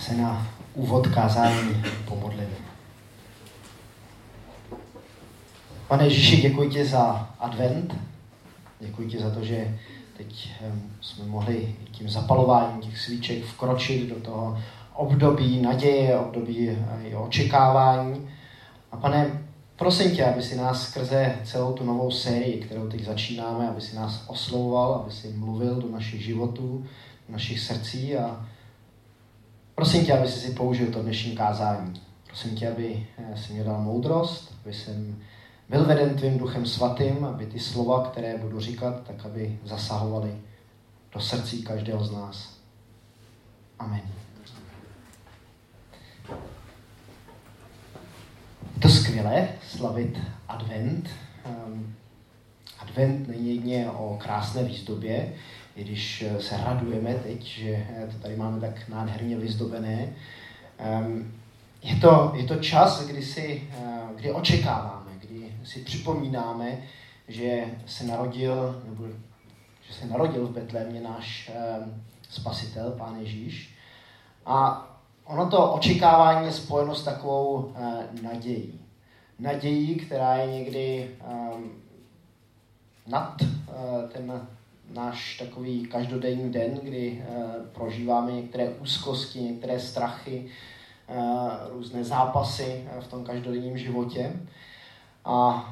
se na úvod kázání pomodlíme. Pane Ježíši, děkuji ti za advent. Děkuji ti za to, že teď jsme mohli tím zapalováním těch svíček vkročit do toho období naděje, období očekávání. A pane, prosím tě, aby si nás skrze celou tu novou sérii, kterou teď začínáme, aby si nás oslovoval, aby si mluvil do našich životů, do našich srdcí a prosím tě, aby si použil to dnešní kázání. Prosím tě, aby si mě dal moudrost, aby jsem byl veden tvým Duchem Svatým, aby ty slova, které budu říkat, tak aby zasahovaly do srdcí každého z nás. Amen. Je to skvělé slavit advent. Advent není jedině o krásné výzdobě, i když se radujeme teď, že to tady máme tak nádherně vyzdobené. Je to čas, kdy očekáváme, kdy si připomínáme, že se narodil v Betlémě náš spasitel, Pán Ježíš. A ono to očekávání je spojeno s takovou nadějí. Nadějí, která je někdy nad ten náš takový každodenní den, kdy prožíváme některé úzkosti, některé strachy, různé zápasy v tom každodenním životě. A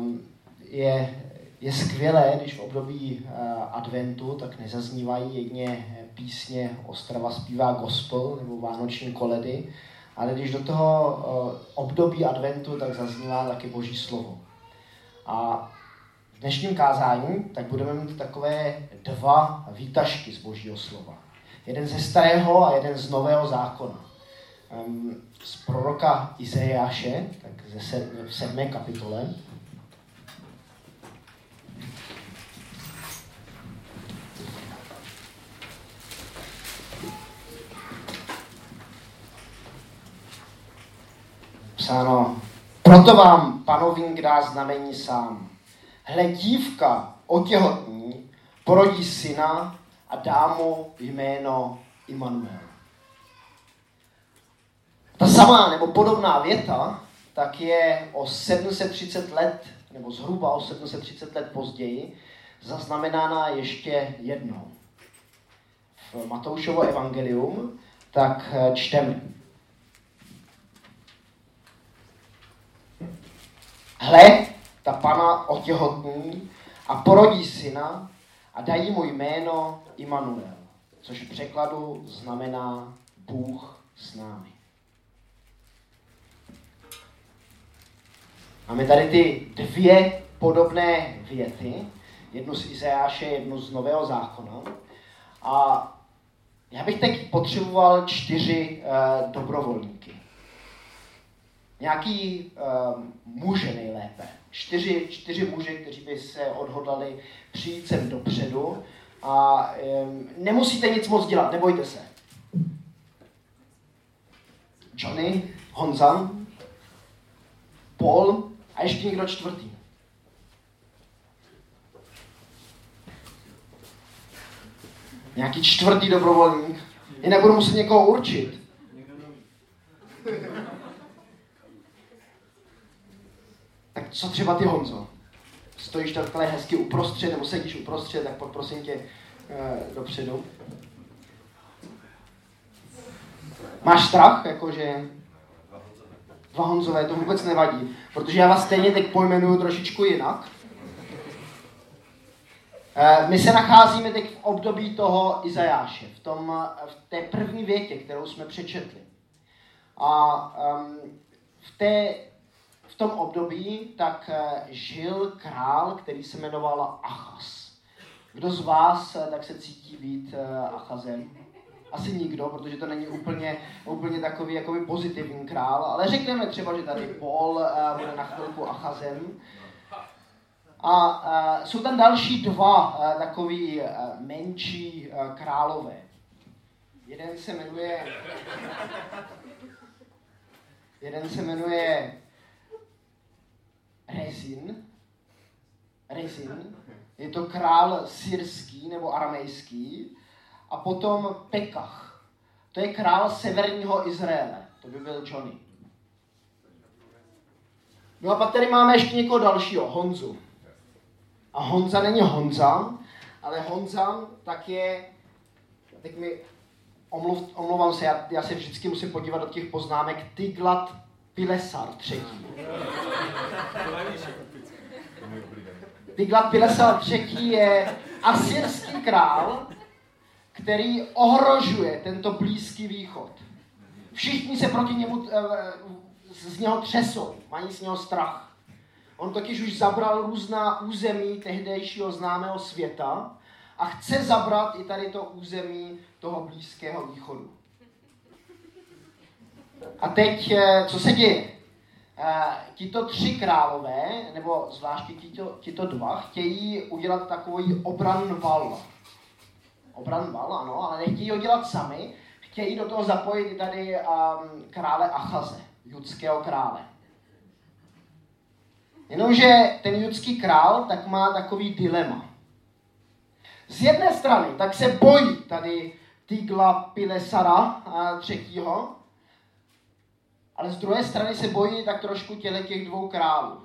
je skvělé, když v období adventu tak nezaznívají jedině písně Ostrava zpívá gospel nebo vánoční koledy, ale když do toho období adventu tak zaznívá taky Boží slovo. A v dnešním kázání tak budeme mít takové dva výtažky z Božího slova. Jeden ze starého a jeden z nového zákona. Z proroka Izajáše, tak v 7. kapitole. Psáno, proto vám Panovník dá znamení sám. Hle, dívka otěhotní, porodí syna a dá mu jméno Immanuel. Ta samá nebo podobná věta tak je o 730 let, nebo zhruba o 730 let později, zaznamenána ještě jednou. V Matoušovo evangelium tak čteme. Hle, ta Pana otěhotní a porodí syna a dají mu jméno Immanuel, což v překladu znamená Bůh s námi. Máme tady ty dvě podobné věty, jednu z Izajáše, jednu z Nového zákona. A já bych teď potřeboval 4 dobrovolníky. Nějaký muže nejlépe. 4 muže, kteří by se odhodlali přijít sem dopředu. A nemusíte nic moc dělat, nebojte se. Johnny, Honza, Paul a ještě někdo 4. Nějaký 4. dobrovolník. Jinak budu muset někoho určit. Tak co třeba ty, Honzo? Stojíš takhle hezky uprostřed, nebo sedíš uprostřed, tak poprosím tě dopředu. Máš strach, jakože 2 Honzové, to vůbec nevadí, protože já vás stejně teď pojmenuju trošičku jinak. My se nacházíme teď v období toho Izajáše, v té první větě, kterou jsme přečetli. A v tom období tak žil král, který se jmenoval Achaz. Kdo z vás tak se cítí být Achazem? Asi nikdo, protože to není úplně takový jakoby pozitivní král, ale řekneme třeba, že tady Paul bude na chvilku Achazem. A jsou tam další 2 takový menší králové. Jeden se jmenuje Rezin. Je to král syrský nebo aramejský. A potom Pekach. To je král severního Izraele. To by byl Johnny. No a pak tady máme ještě někoho dalšího, Honzu. A Honza není Honza, ale Honza tak je, teď mi omlouvám se, já se vždycky musím podívat do těch poznámek, Tiglat-Pilesar III. Tiglat-Pilesar III je asyrský král, který ohrožuje tento Blízký východ. Všichni se proti němu z něho třesou, mají z něho strach. On totiž už zabral různá území tehdejšího známého světa a chce zabrat i tady to území toho Blízkého východu. A teď, co se děje? Tito tři králové, nebo zvláště tito dva, chtějí udělat takový obranný val. Obranný val, ano, ale nechtějí ho dělat sami, chtějí do toho zapojit i tady krále Achaze, judského krále. Jenomže ten judský král tak má takový dilema. Z jedné strany tak se bojí tady Tiglat-Pilesara III., ale z druhé strany se bojí tak trošku těch dvou králů.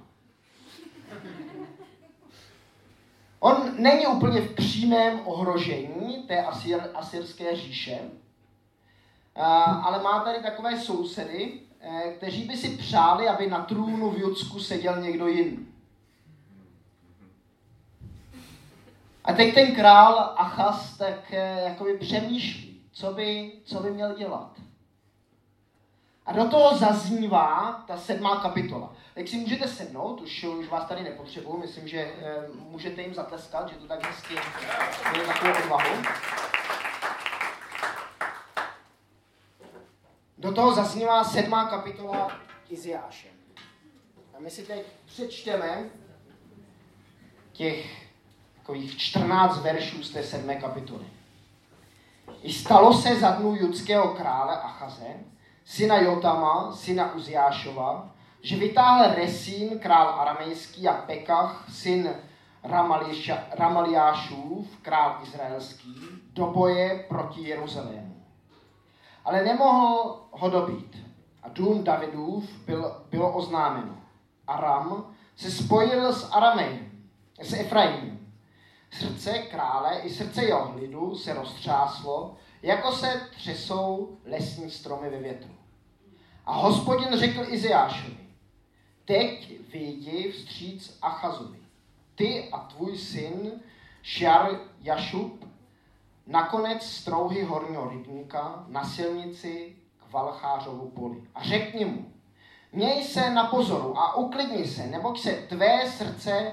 On není úplně v přímém ohrožení té asyrské říše, ale má tady takové sousedy, kteří by si přáli, aby na trůnu v Judsku seděl někdo jiný. A teď ten král Achaz tak jakoby přemýšlí, co by měl dělat. A do toho zaznívá ta 7. kapitola. Tak si můžete sednout, už vás tady nepotřebuju, myslím, že můžete jim zatleskat, že to tak hezky je takovou odvahu. Do toho zaznívá 7. kapitola Izajáše. A my si teď přečteme těch takových 14 veršů z té 7. kapitoly. I stalo se za dnů judského krále Achaze, syna Jotama, syna Uziášova, že vytáhl Resín, král aramejský, a Pekach, syn Ramaliášův, král izraelský, do boje proti Jeruzalému. Ale nemohl ho dobít. A dům Davidův bylo oznámeno. Aram se spojil s Efraimem. Srdce krále i srdce jeho lidu se roztřáslo, jako se třesou lesní stromy ve větru. A Hospodin řekl Izajášovi: teď vyjdi vstříc Achazovi. Ty a tvůj syn Šar-Jašub nakonec strouhy horního rybníka na silnici k Valchářovu poli. A řekni mu: měj se na pozoru a uklidni se, neboť se tvé srdce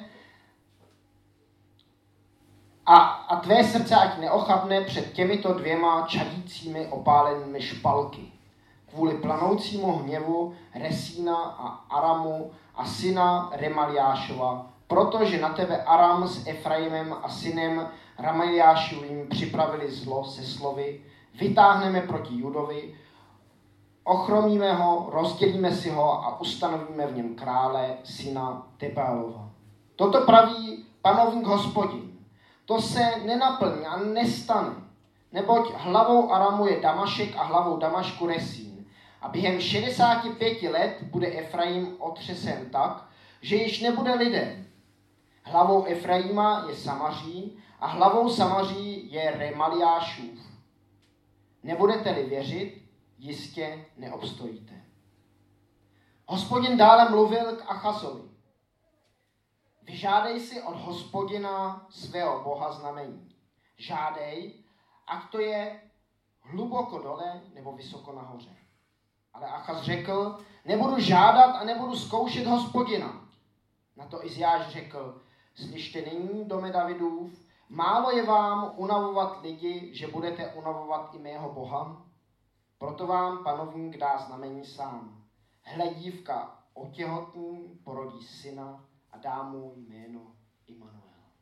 a tvé srdce ať neochabne před těmito dvěma čadícími opálenými špalky. Kvůli planoucímu hněvu Resína a Aramu a syna Remaliášova, protože na tebe Aram s Efraimem a synem Ramaliášovým připravili zlo se slovy: vytáhneme proti Judovi, ochromíme ho, rozdělíme si ho a ustanovíme v něm krále, syna Tebálova. Toto praví panovník Hospodin. To se nenaplní a nestane, neboť hlavou Aramu je Damašek a hlavou Damašku Resín. A během 65 let bude Efraim otřesen tak, že již nebude lidem. Hlavou Efraima je Samaří a hlavou Samaří je Remaliášův. Nebudete-li věřit, jistě neobstojíte. Hospodin dále mluvil k Achazovi: vyžádej si od Hospodina svého Boha znamení. Žádej, ať to je hluboko dole nebo vysoko nahoře. Ale Achaz řekl: nebudu žádat a nebudu zkoušet Hospodina. Na to Izajáš řekl: slyšte nyní, dome Davidův, málo je vám unavovat lidi, že budete unavovat i mého Boha? Proto vám panovník dá znamení sám. Hle, dívka otěhotní porodí syna a dá mu jméno Immanuel.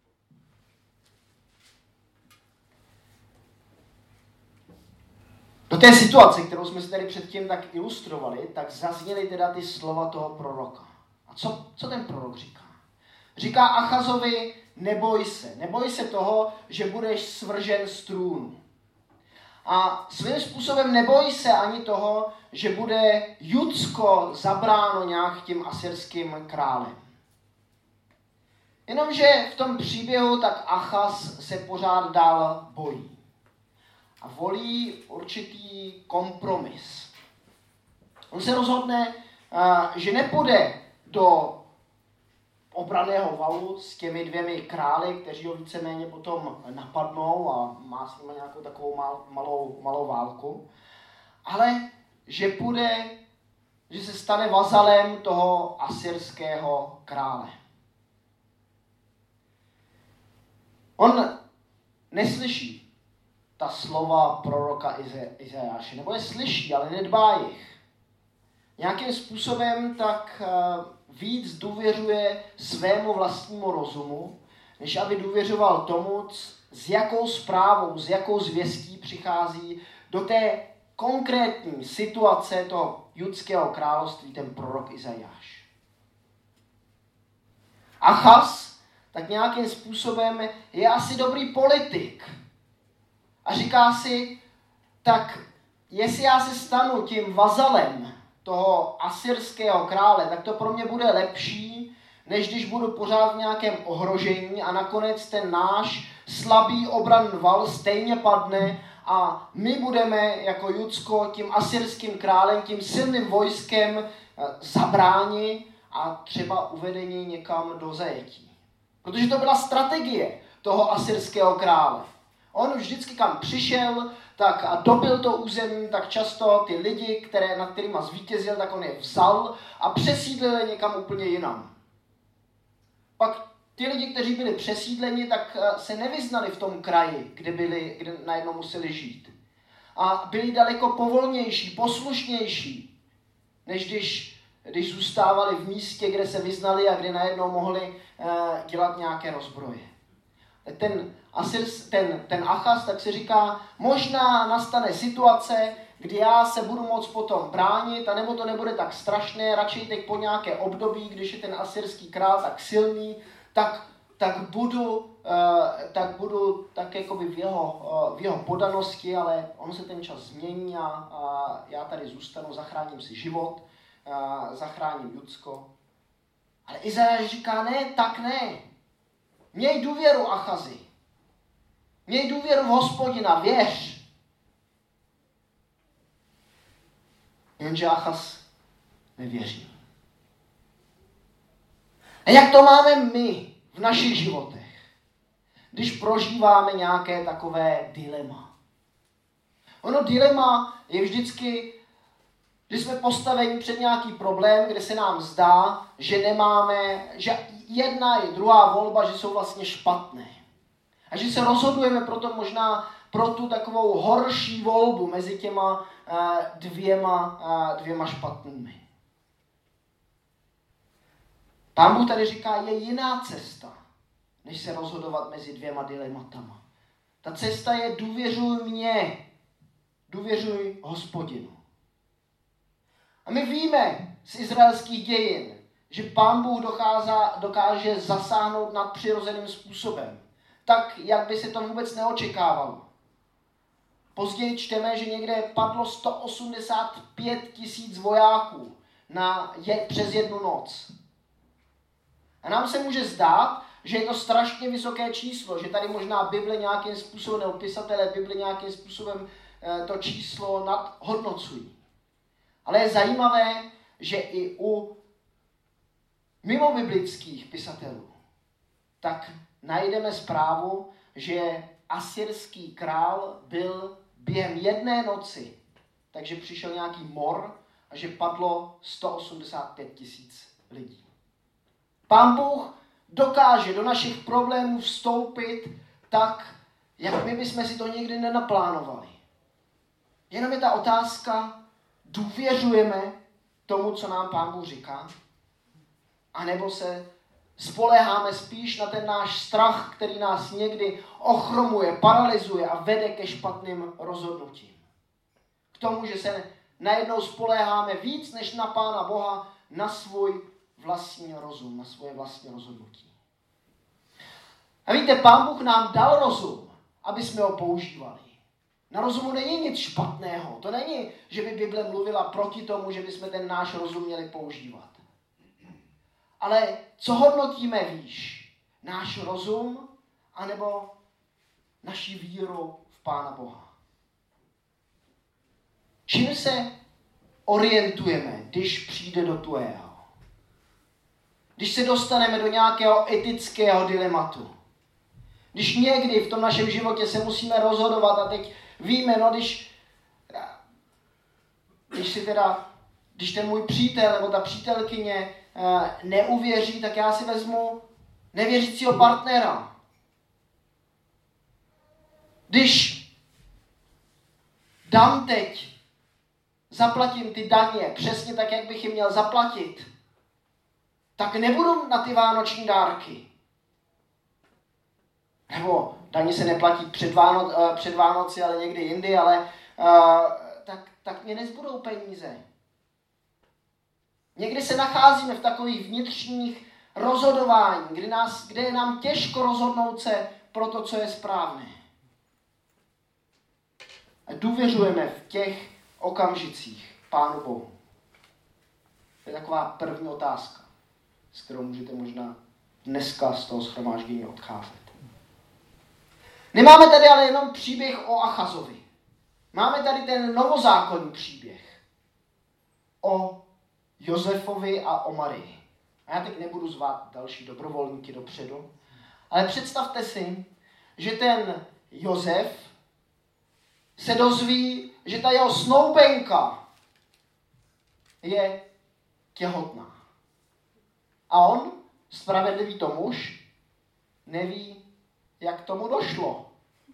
Do té situace, kterou jsme si tady předtím tak ilustrovali, tak zazněly teda ty slova toho proroka. A co ten prorok říká? Říká Achazovi: neboj se toho, že budeš svržen z trůnu. a svým způsobem nebojí se ani toho, že bude Judsko zabráno nějak tím asyrským králem. Jenomže v tom příběhu tak Achaz se pořád dál bojí. A volí určitý kompromis. On se rozhodne, že nepůjde do obranného valu s těmi 2 králi, kteří ho víceméně potom napadnou a má s nimi nějakou takovou malou válku, ale že se stane vazalem toho asyrského krále. On neslyší ta slova proroka Izajáše, nebo je slyší, ale nedbá jich. Nějakým způsobem tak víc důvěřuje svému vlastnímu rozumu, než aby důvěřoval tomu, s jakou zprávou, s jakou zvěstí přichází do té konkrétní situace toho judského království ten prorok Izajáš. Achaz tak nějakým způsobem je asi dobrý politik. A říká si, tak jestli já se stanu tím vazalem toho asyrského krále, tak to pro mě bude lepší, než když budu pořád v nějakém ohrožení a nakonec ten náš slabý obranný val stejně padne a my budeme jako Judsko tím asyrským králem, tím silným vojskem zabráni a třeba uvedení někam do zajetí. Protože to byla strategie toho asyrského krále. On vždycky kam přišel, tak a dobil to území, tak často ty lidi, nad kterýma zvítězil, tak on je vzal a přesídlil je někam úplně jinam. Pak ty lidi, kteří byli přesídleni, tak se nevyznali v tom kraji, kde najednou museli žít. A byli daleko povolnější, poslušnější, než když zůstávali v místě, kde se vyznali a kde najednou mohli dělat nějaké rozbroje. Ten Achaz tak si říká, možná nastane situace, kdy já se budu moct potom bránit, anebo to nebude tak strašné, radši teď po nějaké období, když je ten asyrský král tak silný, tak budu tak jakoby v jeho podanosti, ale on se ten čas změní a já tady zůstanu, zachráním si život, zachráním Judsko. Ale Izajáš říká, ne, tak ne. Měj důvěru, Achazi. Měj důvěru v Hospodina, věř. Jenže Achaz nevěří. A jak to máme my v našich životech, když prožíváme nějaké takové dilema? Ono dilema je vždycky, že jsme postaveni před nějaký problém, kde se nám zdá, že jedna i druhá volba, že jsou vlastně špatné. A že se rozhodujeme proto možná pro tu takovou horší volbu mezi těma dvěma špatnými. Pán Bůh tady říká, je jiná cesta, než se rozhodovat mezi 2 dilematama. Ta cesta je důvěřuj mě, důvěřuj Hospodinu. A my víme z izraelských dějin, že Pán Bůh dokáže zasáhnout nadpřirozeným způsobem, tak, jak by se to vůbec neočekávalo. Později čteme, že někde padlo 185 000 vojáků přes jednu noc. A nám se může zdát, že je to strašně vysoké číslo, že tady možná Bible nějakým způsobem, nebo pisatelé Bible nějakým způsobem to číslo nadhodnocují. Ale je zajímavé, že i u mimobiblických pisatelů tak najdeme zprávu, že asyrský král byl během jedné noci, takže přišel nějaký mor a že padlo 185 000 lidí. Pán Bůh dokáže do našich problémů vstoupit tak, jak my bychom si to nikdy nenaplánovali. Jenom je ta otázka, důvěřujeme tomu, co nám Pán Bůh říká, anebo se spoléháme spíš na ten náš strach, který nás někdy ochromuje, paralyzuje a vede ke špatným rozhodnutím. K tomu, že se najednou spoléháme víc než na Pána Boha, na svůj vlastní rozum, na svoje vlastní rozhodnutí. A víte, Pán Bůh nám dal rozum, aby jsme ho používali. Na rozumu není nic špatného. To není, že by Bible mluvila proti tomu, že bychom ten náš rozum měli používat. Ale co hodnotíme výš? Náš rozum anebo naši víru v Pána Boha? Čím se orientujeme, když přijde do tvého? Když se dostaneme do nějakého etického dilematu. Když někdy v tom našem životě se musíme rozhodovat a teď víme, no když ten můj přítel nebo ta přítelkyně neuvěří, tak já si vezmu nevěřícího partnera. Když dám teď, zaplatím ty daně přesně tak, jak bych je měl zaplatit, tak nebudu na ty vánoční dárky. Nebo daně se neplatí před Vánoci, ale někdy jindy, ale tak mě nezbudou peníze. Někdy se nacházíme v takových vnitřních rozhodování, kde je nám těžko rozhodnout se pro to, co je správné. A důvěřujeme v těch okamžicích Pánu Bohu. To je taková první otázka, s kterou můžete možná dneska z toho shromáždění odcházet. Nemáme tady ale jenom příběh o Achazovi. Máme tady ten novozákonní příběh o Josefovi a o Marii. A já teď nebudu zvát další dobrovolníky dopředu, ale představte si, že ten Josef se dozví, že ta jeho snoubenka je těhotná. A on, spravedlivý to muž, neví, jak tomu došlo.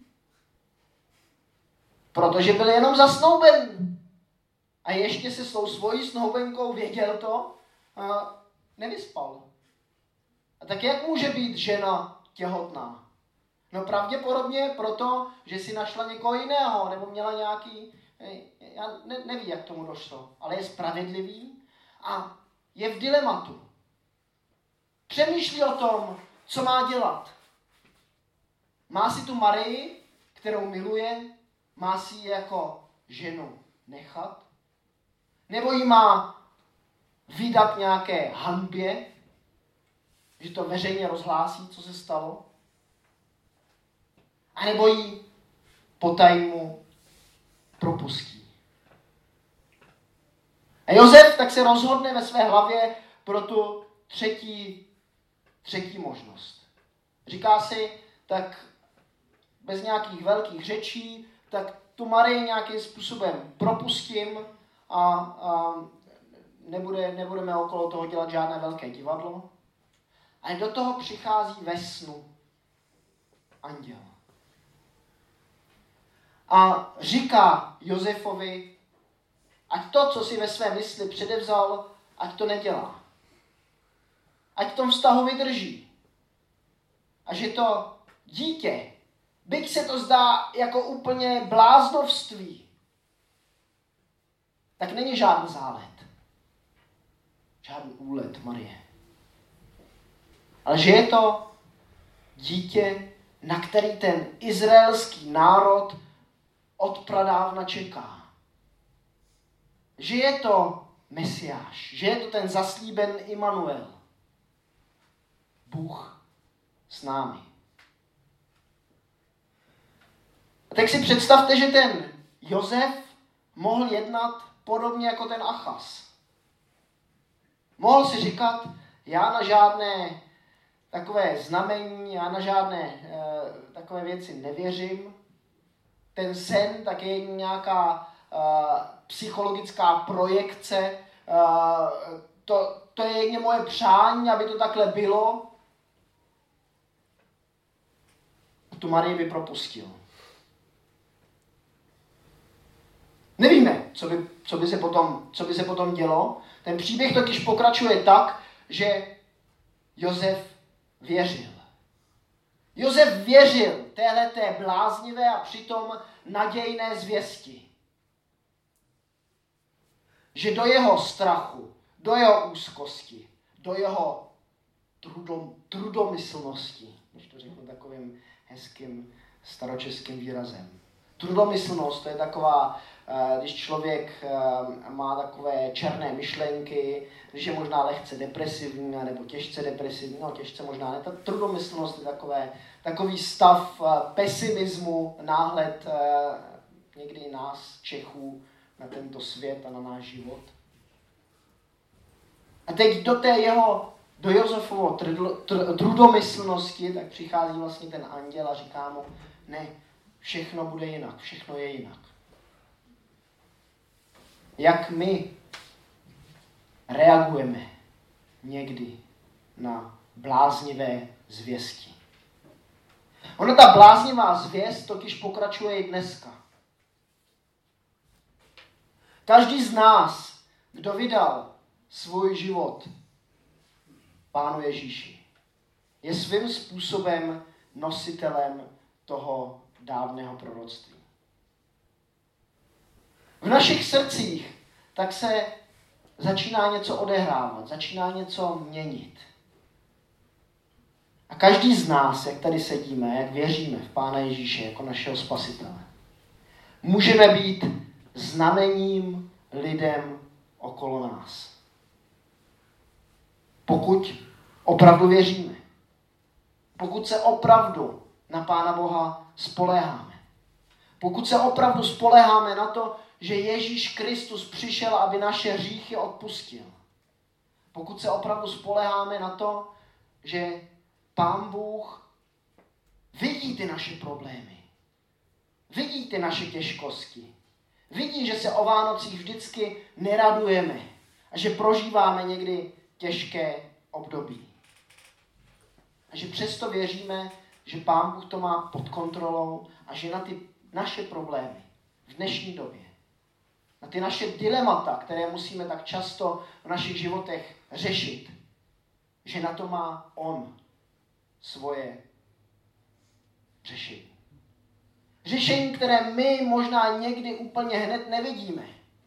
Protože byl jenom zasnouben. A ještě se s tou svojí snoubenkou věděl to a nevyspal. A tak jak může být žena těhotná? No pravděpodobně proto, že si našla někoho jiného, nebo měla nějaký, neví, jak tomu došlo, ale je spravedlivý a je v dilematu. Přemýšlí o tom, co má dělat. Má si tu Marii, kterou miluje, má si ji jako ženu nechat, nebo ji má vydat nějaké hanbě, že to veřejně rozhlásí, co se stalo, a nebo ji potajmu propustí. A Josef tak se rozhodne ve své hlavě pro tu třetí možnost. Říká si, tak bez nějakých velkých řečí, tak tu Marii nějakým způsobem propustím a nebudeme okolo toho dělat žádné velké divadlo. A do toho přichází ve snu anděl. A říká Josefovi, ať to, co si ve své mysli předevzal, ať to nedělá. Ať v tom vztahu vydrží. A že to dítě, byť se to zdá jako úplně bláznovství, tak není žádný zálet. Žádný úlet Marie. Ale že je to dítě, na který ten izraelský národ od pradávna čeká. Že je to Mesiáš, že je to ten zaslíben Immanuel. Bůh s námi. A tak si představte, že ten Josef mohl jednat podobně jako ten Achaz. Mohl si říkat, já na žádné takové znamení, já na žádné takové věci nevěřím. Ten sen tak je nějaká psychologická projekce. To je jen moje přání, aby to takhle bylo. Tu Marii by propustil. Nevíme, co by se potom dělo. Ten příběh totiž pokračuje tak, že Josef věřil. Josef věřil téhleté bláznivé a přitom nadějné zvěsti. Že do jeho strachu, do jeho úzkosti, do jeho trudomyslnosti, když to řeknu takovým hezkým staročeským výrazem, Trudomyslnost, to je taková, když člověk má takové černé myšlenky, když je možná lehce depresivní nebo těžce depresivní, no těžce možná ne. Ta trudomyslnost je takový stav pesimismu, náhled někdy nás, Čechů, na tento svět a na náš život. A teď do Josefovo trudomyslnosti, tak přichází vlastně ten anděl a říká mu, ne, všechno bude jinak, všechno je jinak. Jak my reagujeme někdy na bláznivé zvěsti. Ona ta bláznivá zvěst totiž pokračuje i dneska. Každý z nás, kdo vydal svůj život Pánu Ježíši, je svým způsobem nositelem toho dávného proroctví. V našich srdcích tak se začíná něco odehrávat, začíná něco měnit. A každý z nás, jak tady sedíme, jak věříme v Pána Ježíše jako našeho spasitele, můžeme být znamením lidem okolo nás. Pokud opravdu věříme. Pokud se opravdu na Pána Boha spoléháme. Pokud se opravdu spoléháme na to, že Ježíš Kristus přišel, aby naše hříchy odpustil. Pokud se opravdu spoléháme na to, že Pán Bůh vidí ty naše problémy. Vidí ty naše těžkosti. Vidí, že se o Vánocích vždycky neradujeme a že prožíváme někdy těžké období. A že přesto věříme, že Pán Bůh to má pod kontrolou a že na ty naše problémy v dnešní době, na ty naše dilemata, které musíme tak často v našich životech řešit, že na to má on svoje řešení. Řešení, které my možná někdy úplně hned nevidíme.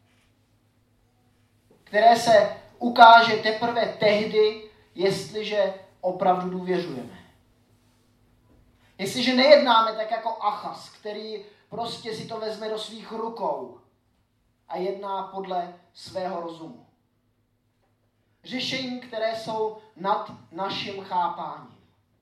Které se ukáže teprve tehdy, jestliže opravdu důvěřujeme. Jestliže nejednáme tak jako Achaz, který prostě si to vezme do svých rukou a jedná podle svého rozumu. Řešení, které jsou nad naším chápáním.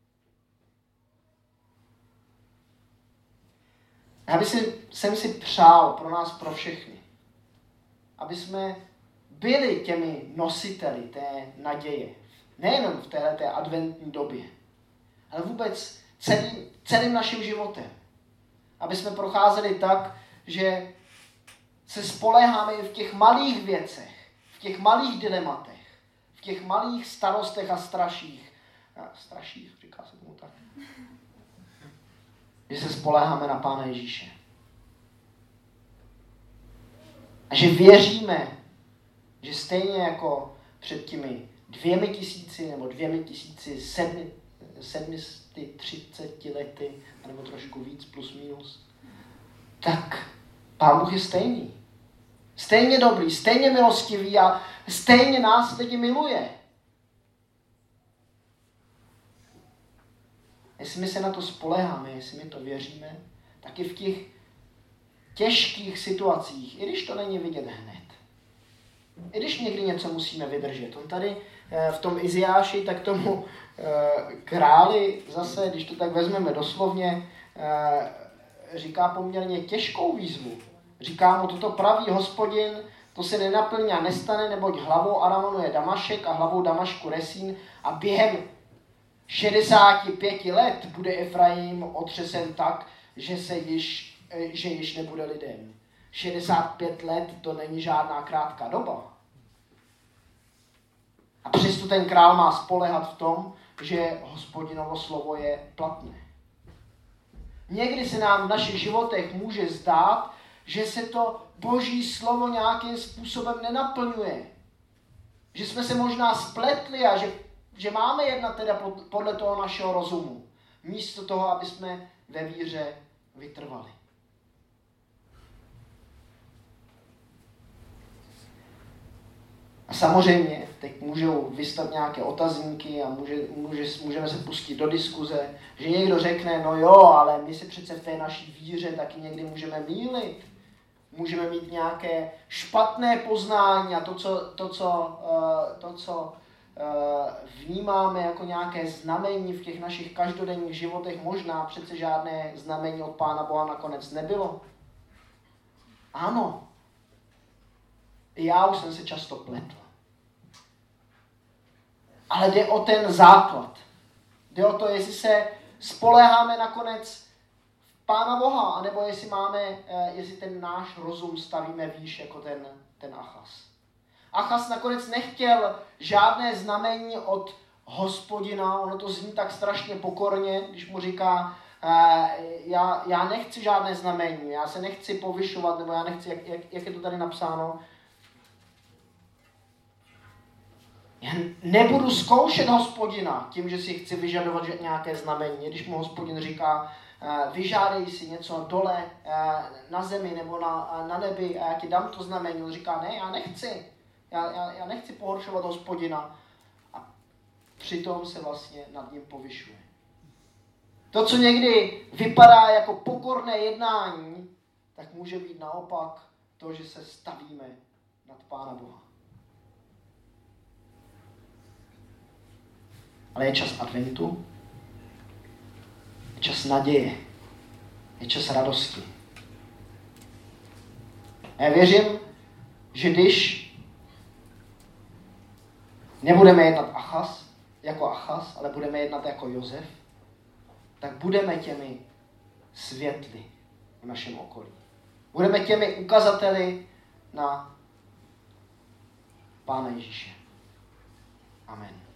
Jsem si přál pro nás, pro všechny, aby jsme byli těmi nositeli té naděje. Nejenom v této adventní době, ale vůbec celým naším životem. Aby jsme procházeli tak, že se spoléháme i v těch malých věcech, v těch malých dilematech, v těch malých starostech a straších. Straších, říká se tomu tak. Že se spoléháme na Pána Ježíše. A že věříme, že stejně jako před těmi 2000 nebo 2730 lety, nebo trošku víc, plus minus, tak Pán Bůh je stejný. Stejně dobrý, stejně milostivý a stejně nás lidi miluje. Jestli my se na to spoléháme, jestli my to věříme, tak i v těch těžkých situacích, i když to není vidět hned, i když někdy něco musíme vydržet. On tady v tom Izajáši, tak tomu králi zase, když to tak vezmeme doslovně, říká poměrně těžkou výzvu. Říká mu, toto praví Hospodin, to se nenaplní a nestane, neboť hlavou Aramonu je Damašek a hlavou Damašku Resín a během 65 let bude Efraim otřesen tak, že již nebude lidem. 65 let to není žádná krátká doba. A přesto ten král má spoléhat v tom, že Hospodinovo slovo je platné. Někdy se nám v našich životech může zdát, že se to Boží slovo nějakým způsobem nenaplňuje. Že jsme se možná spletli a že máme jednat teda podle toho našeho rozumu. Místo toho, aby jsme ve víře vytrvali. A samozřejmě teď můžou vystat nějaké otazníky a můžeme se pustit do diskuze, že někdo řekne, no jo, ale my se přece v té naší víře taky někdy můžeme mýlit. Můžeme mít nějaké špatné poznání a to, co vnímáme jako nějaké znamení v těch našich každodenních životech, možná přece žádné znamení od Pána Boha nakonec nebylo. Ano, já už jsem se často pletl. Ale jde o ten základ. Jde o to, jestli se spoléháme nakonec v Pána Boha, anebo jestli ten náš rozum stavíme výš jako ten Achaz. Achaz nakonec nechtěl žádné znamení od Hospodina, ono to zní tak strašně pokorně, když mu říká, já nechci žádné znamení, já se nechci povyšovat, nebo já nechci, jak je to tady napsáno, já nebudu zkoušet Hospodina tím, že si chci vyžadovat nějaké znamení. Když mu Hospodin říká, vyžádej si něco dole na zemi nebo na nebi a já ti dám to znamení, on říká, ne, já nechci. Já nechci pohoršovat Hospodina. A přitom se vlastně nad ním povyšuje. To, co někdy vypadá jako pokorné jednání, tak může být naopak to, že se stavíme nad Pána Boha. Ale je čas adventu, je čas naděje, je čas radosti. A já věřím, že když nebudeme jednat jako Achaz, ale budeme jednat jako Josef, tak budeme těmi světly v našem okolí. Budeme těmi ukazateli na Pána Ježíše. Amen.